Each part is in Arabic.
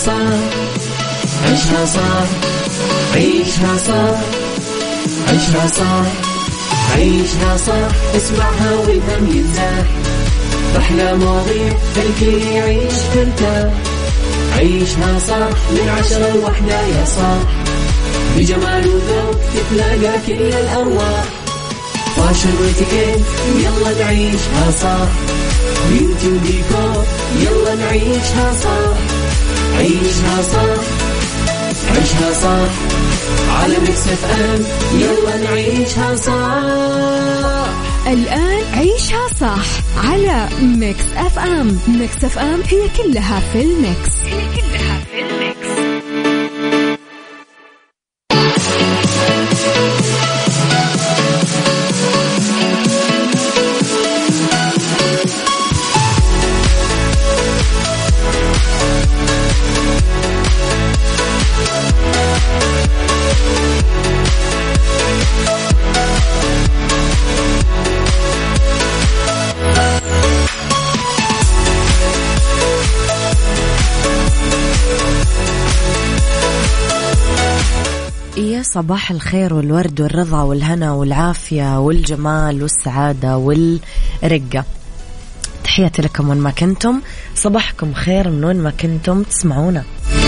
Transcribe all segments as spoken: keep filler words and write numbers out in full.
صح عيشها صح عيشها صح عيشها صح عيشها صح اسمعها والهم ينزاح أحلى مواضيع الكل يعيش ترتاح عيشها صح من عشرة لوحدة يا صاح بجمال وذوق تتلاقى كل الأرواح فاشل واتيكيت يلا نعيشها صح بيوتي وديكور يلا نعيشها صح عيشها صح عيشها صح على ميكس اف ام يلا نعيشها صح. الآن عيشها صح على ميكس اف ام. ميكس اف ام هي كلها في الميكس هي كلها في الميكس. صباح الخير والورد والرضا والهنا والعافية والجمال والسعادة والرقة. تحياتي لكم وين ما كنتم، صباحكم خير من وين ما كنتم تسمعونا.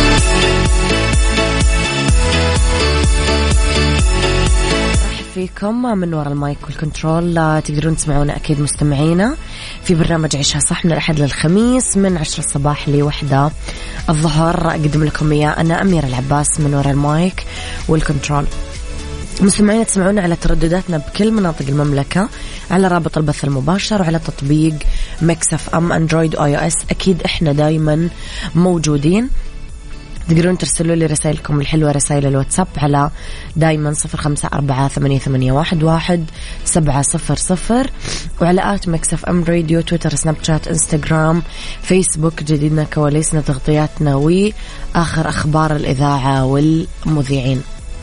فيكم من وراء المايك والكنترول تقدرون تسمعونا أكيد مستمعينا في برنامج عيشها صح من الأحد للخميس من عشرة الصباح لوحدة الظهر. أقدم لكم إياه أنا أميرة العباس من وراء المايك والكنترول. مستمعينا تسمعونا على تردداتنا بكل مناطق المملكة على رابط البث المباشر وعلى تطبيق ميكس اف ام اندرويد واي او اس. أكيد إحنا دايما موجودين. تقدرون ترسلوا لي رسائلكم الحلوة رسائل الواتساب على دايما صفر خمسة أربعة ثمانية ثمانية واحد واحد سبعة صفر صفر وعلى آت مكسف أم راديو تويتر سناب شات إنستغرام فيسبوك. جديدنا كواليسنا تغطياتنا وآخر أخبار الإذاعة والمذيعين.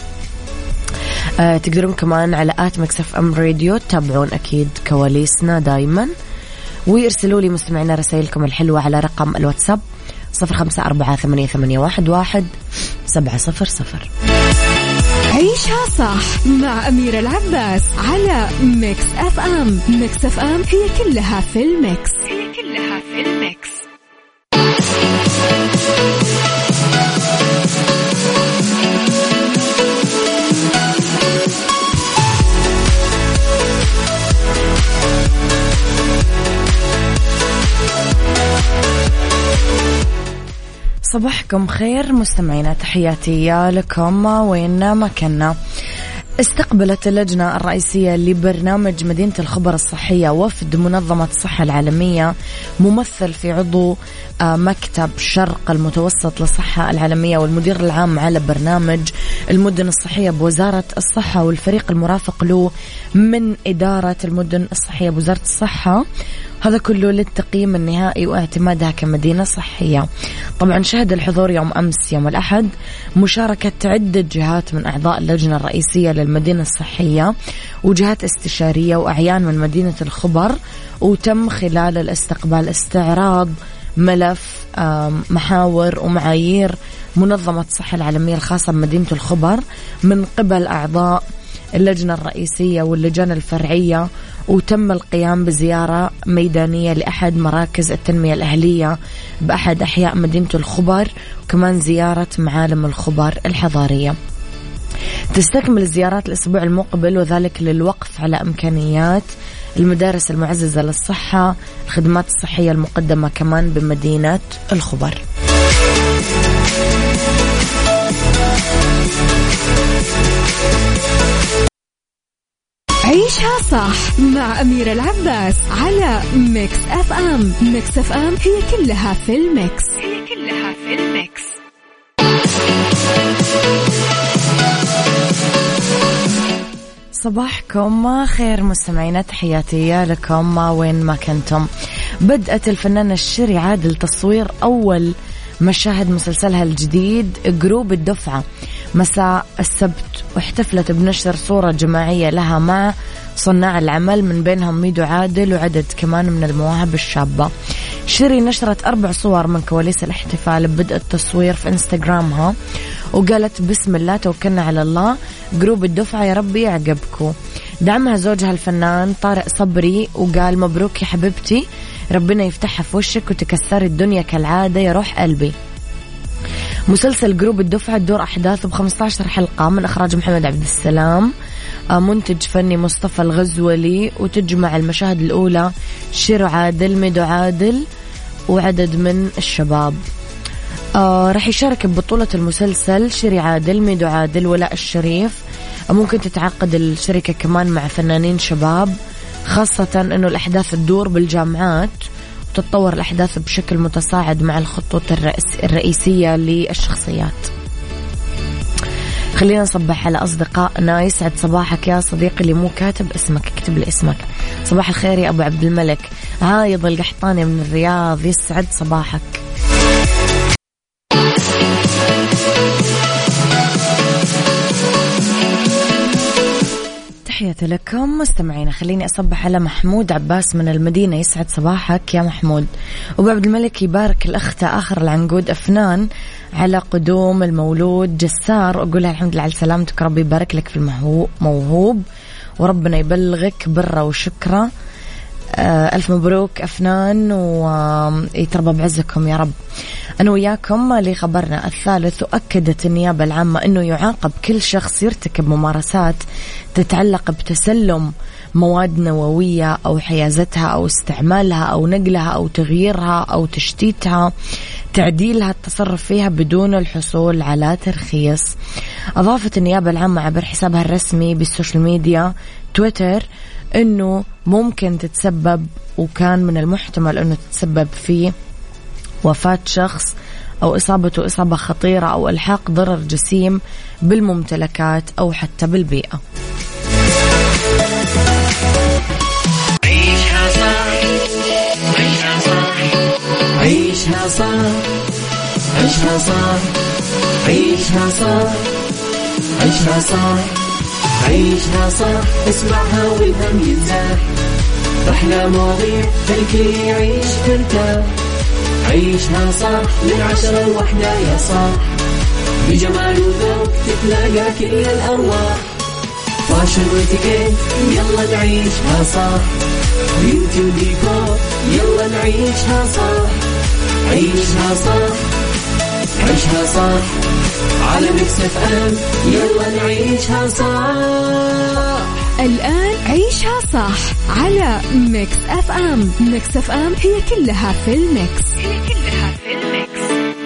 آه تقدرون كمان على آت مكسف أم راديو تتابعون أكيد كواليسنا دايما ويرسلوا لي مستمعينا رسائلكم الحلوة على رقم الواتساب صفر خمسة أربعة ثمانية ثمانية واحد واحد سبعة صفر صفر. عيشها صح مع أميرة العباس على ميكس اف ام. ميكس اف ام هي كلها في الميكس هي كلها في الميكس. صباحكم خير مستمعينا، تحياتي لكم وين ما كنا. استقبلت اللجنة الرئيسية لبرنامج مدينة الخبر الصحية وفد منظمة الصحة العالمية ممثل في عضو مكتب شرق المتوسط للصحة العالمية والمدير العام على برنامج المدن الصحية بوزارة الصحة والفريق المرافق له من إدارة المدن الصحية بوزارة الصحة. هذا كله للتقييم النهائي واعتمادها كمدينة صحية. طبعا شهد الحضور يوم أمس يوم الأحد مشاركة عدة جهات من أعضاء اللجنة الرئيسية للمدينة الصحية وجهات استشارية وأعيان من مدينة الخبر. وتم خلال الاستقبال استعراض ملف محاور ومعايير منظمة الصحة العالمية الخاصة بمدينة الخبر من قبل أعضاء اللجنة الرئيسية واللجان الفرعية. وتم القيام بزيارة ميدانية لأحد مراكز التنمية الأهلية بأحد أحياء مدينة الخبر وكمان زيارة معالم الخبر الحضارية. تستكمل الزيارات الأسبوع المقبل وذلك للوقف على إمكانيات المدارس المعززة للصحة الخدمات الصحية المقدمة كمان بمدينة الخبر. عيشها صح مع أميرة العباس على ميكس اف ام. ميكس اف ام هي كلها في الميكس هي كلها في الميكس. صباحكم خير مستمعينا، تحياتي لكم وين ما كنتم. بدأت الفنانة الشيري عادل تصوير أول مشاهد مسلسلها الجديد جروب الدفعة مساء السبت، واحتفلت بنشر صورة جماعية لها مع صناع العمل من بينهم ميدو عادل وعدد كمان من المواهب الشابة. شيري نشرت أربع صور من كواليس الاحتفال ببدء التصوير في انستغرامها، وقالت بسم الله توكلنا على الله، جروب الدفعة يا ربي يعقبكم. دعمها زوجها الفنان طارق صبري وقال مبروك يا حبيبتي، ربنا يفتحها في وشك وتكسر الدنيا كالعادة يا روح قلبي. مسلسل جروب الدفعة تدور أحداثه بخمسة عشر حلقة من إخراج محمد عبد السلام، منتج فني مصطفى الغزولي، وتجمع المشاهد الأولى شيرو عادل، ميدو عادل، وعدد من الشباب. آه راح يشارك ببطولة المسلسل شيري عادل، ميدو عادل، ولاء الشريف. ممكن تتعاقد الشركة كمان مع فنانين شباب، خاصة أنه الأحداث تدور بالجامعات وتتطور الأحداث بشكل متصاعد مع الخطوط الرئيسية للشخصيات. خلينا نصبح على أصدقائنا. يسعد صباحك يا صديقي اللي مو كاتب اسمك، اكتب لي اسمك. صباح الخير يا أبو عبد الملك. عايض القحطاني من الرياض، يسعد صباحك. تحياتي لكم مستمعينا. خليني أصبح على محمود عباس من المدينة، يسعد صباحك يا محمود. أبو عبد الملك يبارك الأخت آخر العنقود أفنان على قدوم المولود جسار، أقولها الحمد لله على سلامتك، ربي يبارك لك في الموهوب وربنا يبلغك برة وشكرة. ألف مبروك أفنان ويتربى بعزكم يا رب. أنا وياكم لخبرنا الثالث. وأكدت النيابة العامة أنه يعاقب كل شخص يرتكب ممارسات تتعلق بتسلم مواد نووية أو حيازتها أو استعمالها أو نقلها أو تغييرها أو تشتيتها، تعديلها، التصرف فيها بدون الحصول على ترخيص. أضافت النيابة العامة عبر حسابها الرسمي بالسوشيال ميديا تويتر أنه ممكن تتسبب، وكان من المحتمل أنه تتسبب في وفاة شخص أو إصابته إصابة خطيرة أو إلحاق ضرر جسيم بالممتلكات أو حتى بالبيئة. عيشها صح، عيشها صح، عيشها صح، عيشها صح، عيشها صح، عيشها صح، عيشها صح، اسمعها والهم ينزاح، أحلى مواضيع الكل يعيش ترتاح. عيشها صح من عشرة لوحدة يا صاح، بجمال وذوق تتلاقى كل الأرواح، فاشل واتيكيت يلا نعيشها صح، بيوتي وديكور يلا نعيشها صح. عيشها صح، عيشها صح، على ميكس اف ام يلا نعيشها صح. الآن عيشها صح على ميكس اف ام. ميكس اف ام هي كلها في الميكس، هي كلها في الميكس.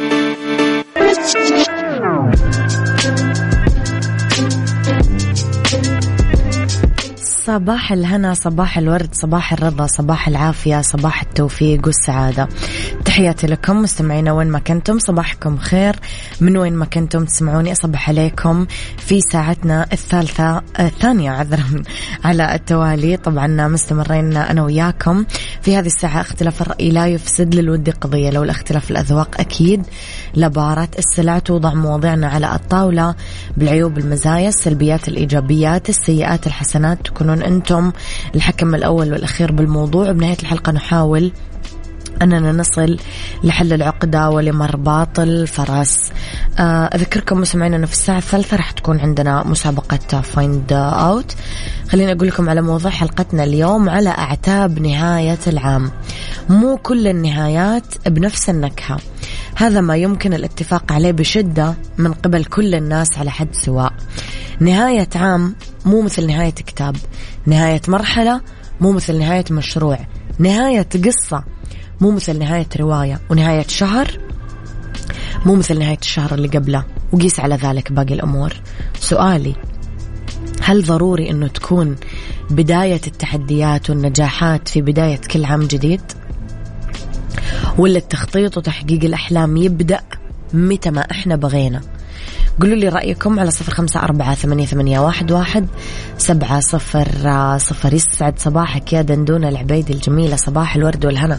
صباح الهنا، صباح الورد، صباح الرضا، صباح العافية، صباح التوفيق والسعادة. تحياتي لكم مستمعينا وين ما كنتم، صباحكم خير من وين ما كنتم تسمعوني. أصبح عليكم في ساعتنا الثالثة الثانية عذرا على التوالي. طبعا مستمرين أنا وياكم في هذه الساعة. اختلاف الرأي لا يفسد للود قضية، لو الاختلاف الأذواق أكيد لبارة السلع. توضع مواضيعنا على الطاولة بالعيوب المزايا، السلبيات الإيجابيات، السيئات الحسنات، تكونون أنتم الحكم الأول والأخير بالموضوع. بنهاية الحلقة نحاول أننا نصل لحل العقدة ولمرباط الفرس. أذكركم مسمعين أنه في الساعة الثالثة رح تكون عندنا مسابقة فايند أوت. خليني أقول لكم على موضوع حلقتنا اليوم، على أعتاب نهاية العام. مو كل النهايات بنفس النكهة، هذا ما يمكن الاتفاق عليه بشدة من قبل كل الناس على حد سواء. نهاية عام مو مثل نهاية كتاب، نهاية مرحلة مو مثل نهاية مشروع، نهاية قصة مو مثل نهاية رواية، ونهاية شهر مو مثل نهاية الشهر اللي قبله، وقيس على ذلك باقي الأمور. سؤالي، هل ضروري أنه تكون بداية التحديات والنجاحات في بداية كل عام جديد؟ ولا التخطيط وتحقيق الأحلام يبدأ متى ما إحنا بغينا؟ قولوا لي رأيكم على صفر خمسة أربعة ثمانية ثمانية واحد واحد سبعة صفر صفر. يسعد صباحك يا دندونة العبيدي الجميلة، صباح الورد والهنا.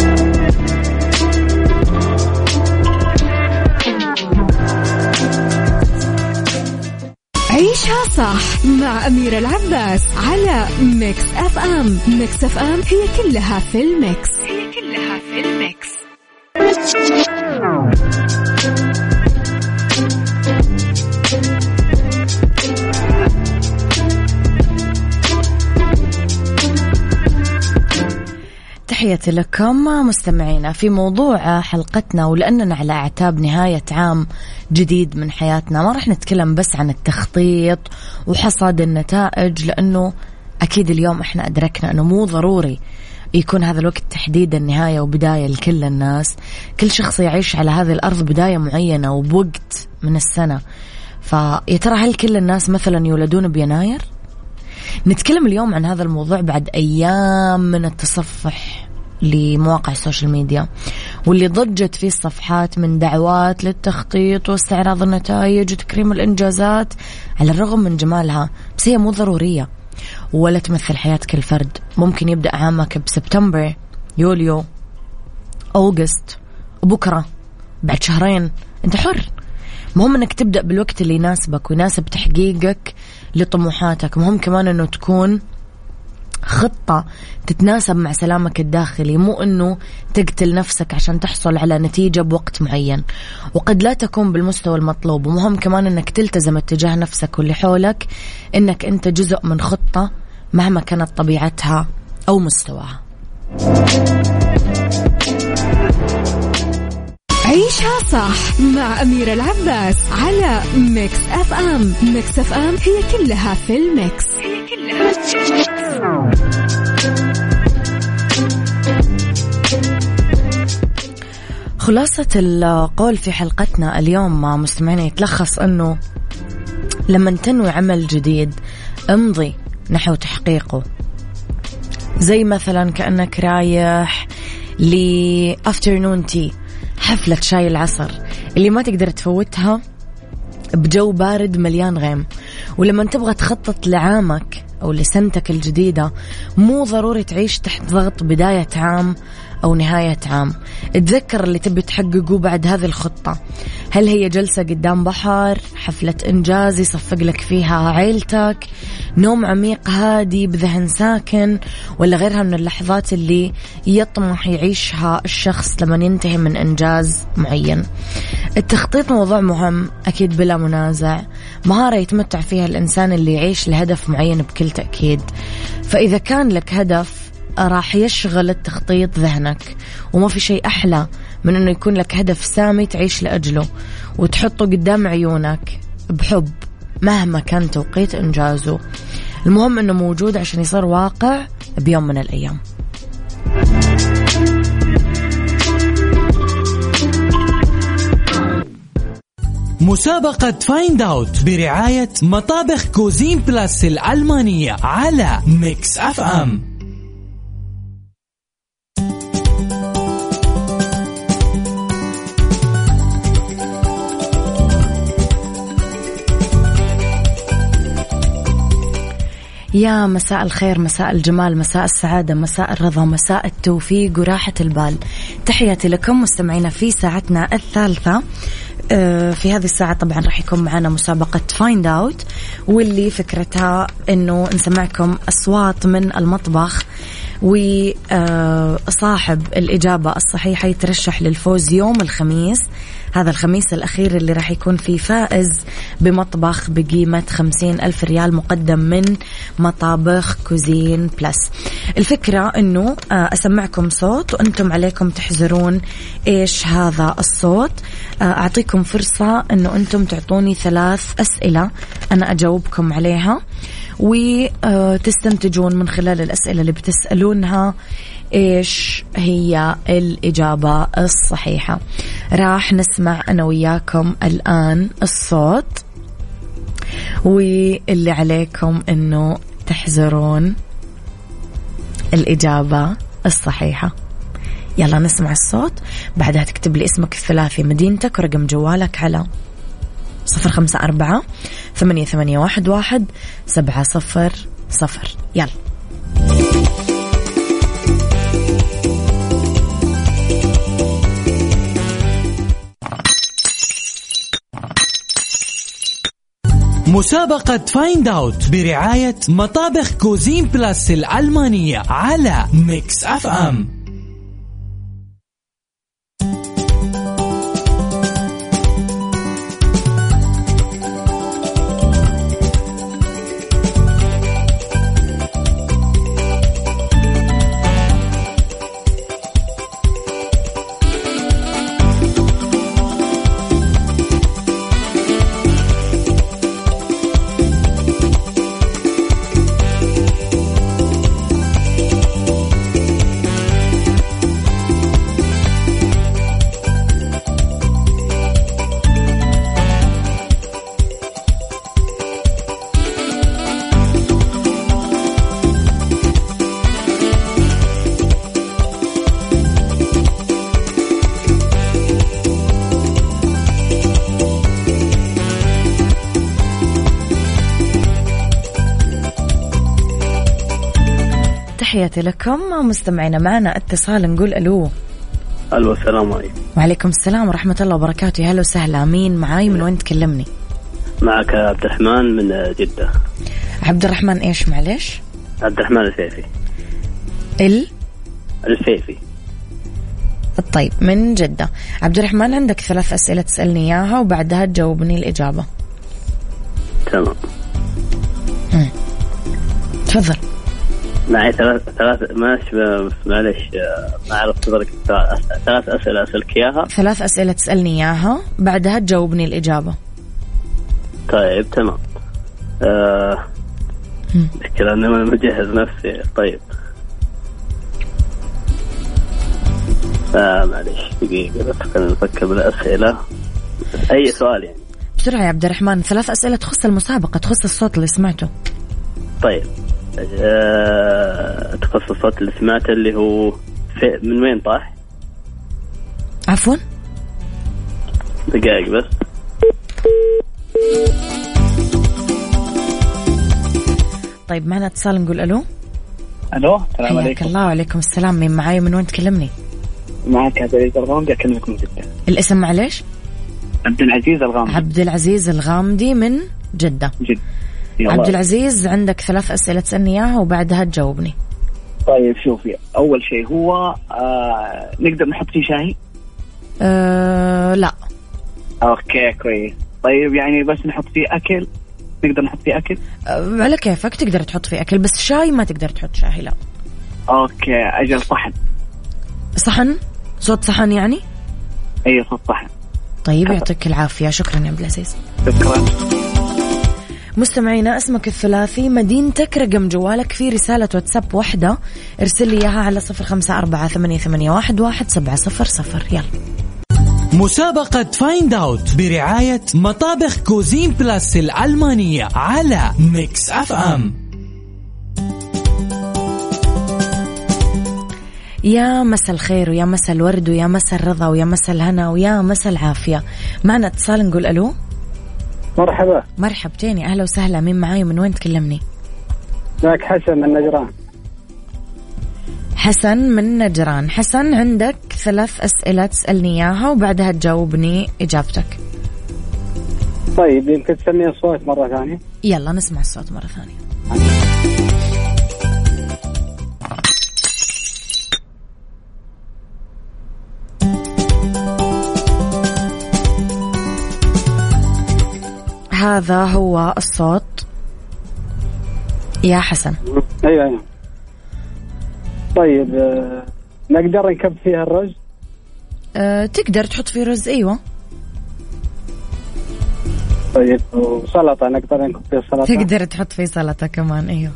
عيشها صح مع أميرة العباس على ميكس اف ام. ميكس اف ام هي كلها في الميكس، هي كلها في الميكس. تحياتي لكم مستمعينا في موضوع حلقتنا، ولأننا على أعتاب نهاية عام جديد من حياتنا ما رح نتكلم بس عن التخطيط وحصاد النتائج، لأنه أكيد اليوم إحنا أدركنا أنه مو ضروري يكون هذا الوقت تحديدا نهاية وبداية لكل الناس. كل شخص يعيش على هذه الأرض بداية معينة وبوقت من السنة. فيا ترى هل كل الناس مثلا يولدون بيناير؟ نتكلم اليوم عن هذا الموضوع بعد أيام من التصفح لمواقع السوشيال ميديا واللي ضجت فيه الصفحات من دعوات للتخطيط واستعراض النتائج وتكريم الإنجازات على الرغم من جمالها، بس هي مو ضرورية ولا تمثل حياة كل فرد. ممكن يبدأ عامك بسبتمبر، يوليو، أوغست، وبكرة بعد شهرين أنت حر. مهم أنك تبدأ بالوقت اللي يناسبك ويناسب تحقيقك لطموحاتك. مهم كمان أنه تكون خطة تتناسب مع سلامك الداخلي، مو أنه تقتل نفسك عشان تحصل على نتيجة بوقت معين وقد لا تكون بالمستوى المطلوب. ومهم كمان أنك تلتزم اتجاه نفسك واللي حولك أنك أنت جزء من خطة مهما كانت طبيعتها أو مستواها. عيشها صح مع أميرة العباس على ميكس أف أم. ميكس أف أم هي كلها في الميكس، هي كلها في الميكس. خلاصة القول في حلقتنا اليوم مع مستمعين يتلخص أنه لما تنوي عمل جديد امضي نحو تحقيقه. زي مثلا كأنك رايح لأفترنون تي، حفلة شاي العصر اللي ما تقدر تفوتها بجو بارد مليان غيم. ولما تبغى تخطط لعامك أو لسنتك الجديدة مو ضروري تعيش تحت ضغط بداية عام أو نهاية عام. اتذكر اللي تبي تحققه بعد هذه الخطة. هل هي جلسة قدام بحر، حفلة إنجاز يصفق لك فيها عيلتك، نوم عميق هادي بذهن ساكن، ولا غيرها من اللحظات اللي يطمح يعيشها الشخص لما ينتهي من إنجاز معين. التخطيط موضوع مهم أكيد بلا منازع، مهارة يتمتع فيها الإنسان اللي يعيش لهدف معين بكل تأكيد. فإذا كان لك هدف راح يشغل التخطيط ذهنك، وما في شيء أحلى من أنه يكون لك هدف سامي تعيش لأجله وتحطه قدام عيونك بحب مهما كان توقيت إنجازه. المهم أنه موجود عشان يصير واقع بيوم من الأيام. مسابقة فايند اوت برعاية مطابخ كوزين بلاس الألمانية على ميكس أف أم. يا مساء الخير، مساء الجمال، مساء السعادة، مساء الرضا، مساء التوفيق وراحة البال. تحياتي لكم مستمعينا في ساعتنا الثالثة. في هذه الساعة طبعا راح يكون معنا مسابقة فايند اوت، واللي فكرتها انه نسمعكم اصوات من المطبخ، وصاحب الإجابة الصحيحة يترشح للفوز يوم الخميس، هذا الخميس الأخير اللي راح يكون فيه فائز بمطبخ بقيمة خمسين ألف ريال مقدم من مطابخ كوزين بلس. الفكرة أنه أسمعكم صوت وأنتم عليكم تحذرون إيش هذا الصوت. أعطيكم فرصة أنه أنتم تعطوني ثلاث أسئلة أنا أجاوبكم عليها، وتستنتجون من خلال الأسئلة اللي بتسألونها إيش هي الإجابة الصحيحة. راح نسمع أنا وياكم الآن الصوت، واللي عليكم إنه تحذرون الإجابة الصحيحة. يلا نسمع الصوت، بعدها تكتب لي اسمك الثلاثي، مدينتك، ورقم جوالك على صفر خمسة أربعة ثمانية ثمانية واحد واحد سبعة صفر صفر. يلا مسابقة فايند اوت برعاية مطابخ كوزين بلاس الألمانية على ميكس أف أم. تحياتي لكم مستمعينا. معنا اتصال، نقول ألو. ألو السلام عليكم. وعليكم السلام ورحمة الله وبركاته. هلا وسهلا. مين معاي؟ من وين تكلمني؟ معك عبد الرحمن من جدة. عبد الرحمن إيش معلش؟ عبد الرحمن الفيفي. ال الفيفي. طيب من جدة. عبد الرحمن عندك ثلاث أسئلة تسألني إياها وبعدها تجاوبني الإجابة. تمام. مم. تفضل. معي ثلاث ثلاث ماشي معلش ما أعرف تفضلك ثلاث أسئلة أسألك إياها. ثلاث أسئلة تسألني إياها بعدها تجاوبني الإجابة. طيب تمام. آه... مشكلة أنا ما مجهز نفسي. طيب آه معلش دقيقة بس خلينا نفكر بالأسئلة. أي سؤال يعني بسرعة يا عبد الرحمن. ثلاث أسئلة تخص المسابقة، تخص الصوت اللي سمعته. طيب آه... تخص الصوت اللي سمعته اللي هو في... من وين طاح؟ عفوا دقائق بس. طيب معنا اتصال، نقول ألو. ألو السلام عليكم. حياك الله. وعليكم السلام. مين معاي؟ من وين تكلمني؟ معك عبد العزيز الغامدي أكلمك من جدة. الاسم معلش؟ عبد العزيز الغامدي. عبد العزيز الغامدي من جدة. جد. عبد العزيز عندك ثلاث أسئلة تسألني إياها وبعدها تجاوبني. طيب شوفي، أول شيء هو آه نقدر نحط فيه شاي؟ أه لا. أوكي كويس. طيب يعني بس نحط فيه أكل؟ نقدر نحط فيه أكل؟ أه على كيفك، تقدر تحط فيه أكل بس شاي ما تقدر تحط شاي. لا. أوكي أجل. صحن. صحن؟ صوت صحن يعني؟ أي صوت صحن. طيب يعطيك العافية. شكرا يا عبد العزيز. شكرا. مستمعينا اسمك الثلاثي، مدينتك، رقم جوالك، في رسالة واتساب واحدة ارسل لي إياها على صفر خمسة أربعة ثمانية ثمانية واحد واحد سبعة صفر صفر. يلا. مسابقة فايند اوت برعاية مطابخ كوزين بلاس الألمانية على ميكس اف ام. يا مسا الخير ويا مسا الورد ويا مسا الرضا ويا مسا الهنا ويا مسا العافية. معنا اتصال، نقول ألو. مرحبا. مرحبتين، أهلا وسهلا. مين معاي ومن وين تكلمني؟ معك حسن من نجران. حسن من نجران. حسن عندك ثلاث أسئلة تسألني إياها وبعدها تجاوبني إجابتك. طيب يمكن تسمي الصوت مرة ثانية؟ يلا نسمع الصوت مرة ثانية. هذا هو الصوت يا حسن. أيوة أيوة. طيب آه، نقدر نكب فيها الرز؟ أه تقدر تحط فيه رز. أيوة. طيب وسلطة نقدر نكب فيها سلطة؟ تقدر تحط فيه سلطة كمان. أيوة.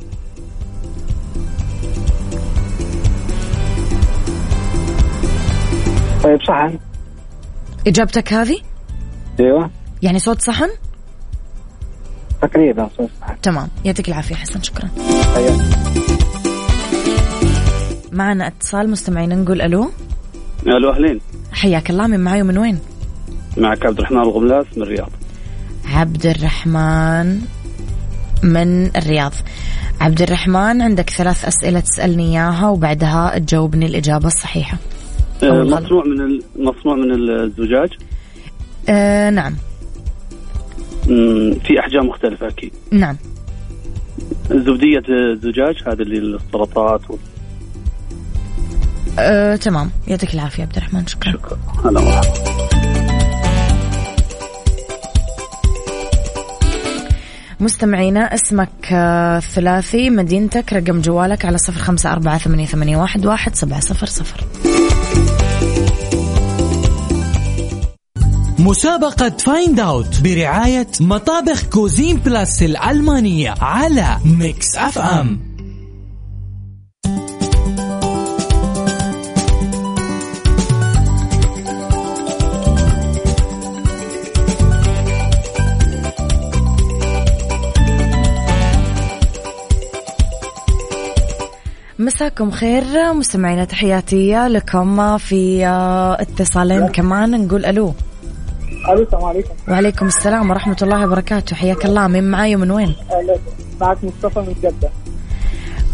طيب صحن. إجابتك هذه؟ أيوة. يعني صوت صحن؟ تقريبا صوت صحن. تمام، يعطيك العافية حسن. شكرا. أيوة. معنا اتصال مستمعين، نقول ألو. ألو أهلين. حياك الله. من معاي ومن وين؟ معك عبد الرحمن الغملاس من الرياض. عبد الرحمن من الرياض. عبد الرحمن عندك ثلاث أسئلة تسألني إياها وبعدها تجاوبني الإجابة الصحيحة. مصنوع من ال... مصنوع من الزجاج. آه نعم. في أحجام مختلفة أكيد. نعم. زبدية الزجاج هذا اللي السلطات و... آه، تمام، يعطيك العافية عبد الرحمن. شكرا. شكرا. هلا مرحبا. مستمعينا اسمك ثلاثي، مدينتك، رقم جوالك على صفر خمسة أربعة ثمانية ثمانية واحد واحد سبعة صفر صفر. مسابقة فايند اوت برعاية مطابخ كوزين بلاس الألمانية على ميكس اف ام. مساكم خير مستمعينا، تحياتي لكم. في اتصالين كمان، نقول ألو. ألو السلام عليكم. وعليكم السلام ورحمة الله وبركاته. حياك الله. من معاي ومن وين؟ معك مصطفى من جدة.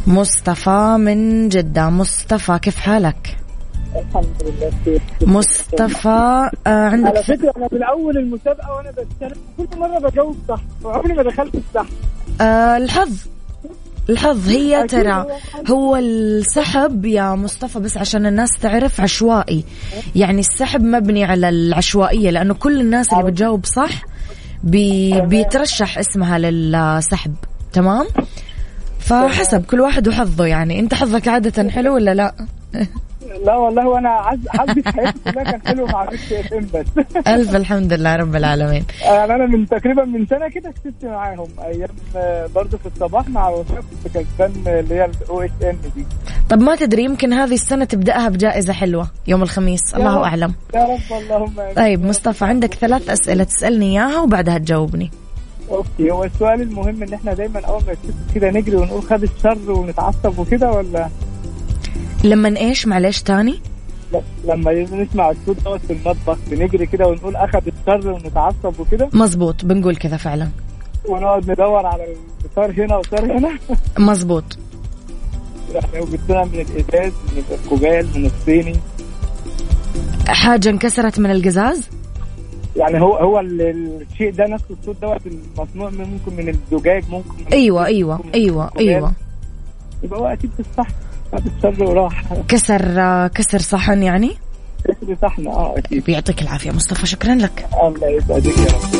مصطفى من جدة. مصطفى كيف حالك؟ الحمد لله بخير. مصطفى آه عندك على فكرة أنا بالأول المسابقة وأنا بتكلم كل مرة بجاوب صح وعمري ما دخلت الصح. آه الحظ الحظ هي ترى هو السحب يا مصطفى، بس عشان الناس تعرف عشوائي، يعني السحب مبني على العشوائية، لأنه كل الناس اللي بتجاوب صح بي بيترشح اسمها للسحب. تمام؟ فحسب كل واحد وحظه. يعني انت حظك عادة حلو ولا لا؟ لا والله وانا عز حظي في حياتي كلها كان حلو مع ميكس اف ام بس. الف الحمد لله رب العالمين. يعني انا من تقريبا من سنه كده كسبت معاهم ايام برضه في الصباح مع وفاء، كنت كسبان اللي هي الاو اس ان دي. طب ما تدري يمكن هذه السنه تبداها بجائزه حلوه يوم الخميس، الله اعلم. يا رب اللهم امين. طيب مصطفى عندك ثلاث اسئله تسالني اياها وبعدها تجاوبني. اوكي. هو السؤال المهم ان احنا دايما اول ما نكتب كده نجري ونقول خد الشر ونتعصب وكده، ولا لما ايش معلش تاني؟ لما نسمع الصوت دوت في المطبخ بنجري كده ونقول اخذ الشر ونتعصب وكده؟ مزبوط، بنقول كذا فعلا. ونقعد ندور على الصار هنا وصار هنا. مزبوط. يعني وجبتنا من الازاز، من الكوبال، من الصيني. حاجه انكسرت من القزاز؟ يعني هو هو الشيء ده نفس الصوت دوت المصنوع من ممكن من الزجاج، ممكن من ايوه ايوه ايوه ايوه. يبقى هو اكيد في الصح. الشر وراح. كسر كسر صحن يعني؟ كسر صحن اه اكيد. بيعطيك العافيه مصطفى، شكرا لك. الله يسعدك يا رب.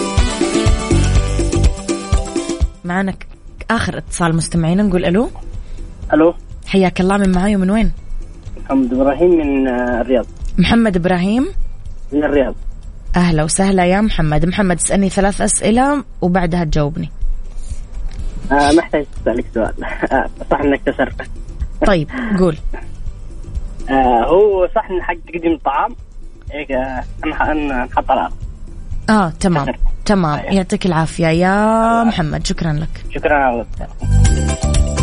معنا اخر اتصال مستمعين، نقول الو. الو حياك الله، من معاي ومن وين؟ محمد ابراهيم من الرياض. محمد ابراهيم من الرياض. اهلا وسهلا يا محمد. محمد اسالني ثلاث اسئله وبعدها تجاوبني. آه محتاج اسالك سؤال. آه صح انك كسرت؟ طيب قول. آه هو صح ان حق تقديم الطعام هيك انا نحط على الارض؟ اه تمام تمام. يعطيك العافيه يا محمد، شكرا لك. شكرا على